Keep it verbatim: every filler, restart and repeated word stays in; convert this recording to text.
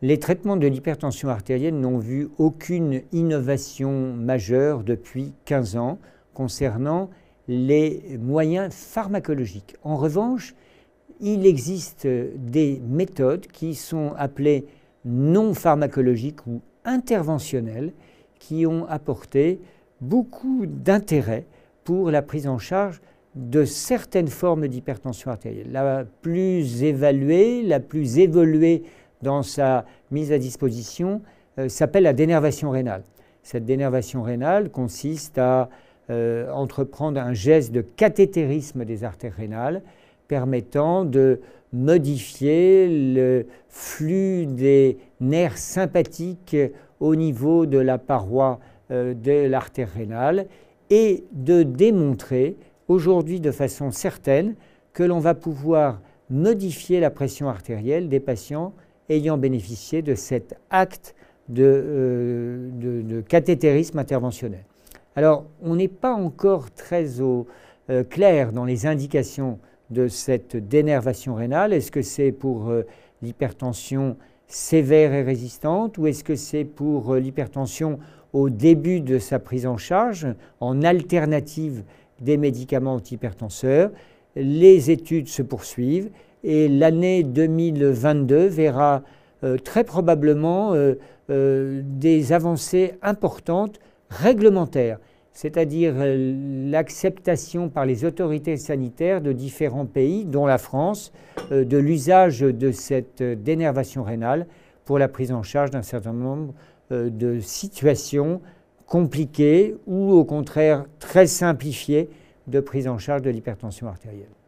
les traitements de l'hypertension artérielle n'ont vu aucune innovation majeure depuis quinze ans concernant les moyens pharmacologiques. En revanche, il existe des méthodes qui sont appelées non pharmacologiques ou interventionnelles qui ont apporté beaucoup d'intérêt pour la prise en charge de certaines formes d'hypertension artérielle. La plus évaluée, la plus évoluée dans sa mise à disposition euh, s'appelle la dénervation rénale. Cette dénervation rénale consiste à euh, entreprendre un geste de cathétérisme des artères rénales permettant de modifier le flux des nerfs sympathiques au niveau de la paroi euh, de l'artère rénale et de démontrer aujourd'hui de façon certaine que l'on va pouvoir modifier la pression artérielle des patients ayant bénéficié de cet acte de, euh, de, de cathétérisme interventionnel. Alors, on n'est pas encore très au, euh, clair dans les indications de cette dénervation rénale. Est-ce que c'est pour euh, l'hypertension sévère et résistante ou est-ce que c'est pour euh, l'hypertension au début de sa prise en charge en alternative des médicaments antihypertenseurs? Les études se poursuivent et l'année deux mille vingt-deux verra euh, très probablement euh, euh, des avancées importantes réglementaires, c'est-à-dire euh, l'acceptation par les autorités sanitaires de différents pays, dont la France, euh, de l'usage de cette dénervation rénale pour la prise en charge d'un certain nombre euh, de situations compliquées ou au contraire très simplifiées de prise en charge de l'hypertension artérielle.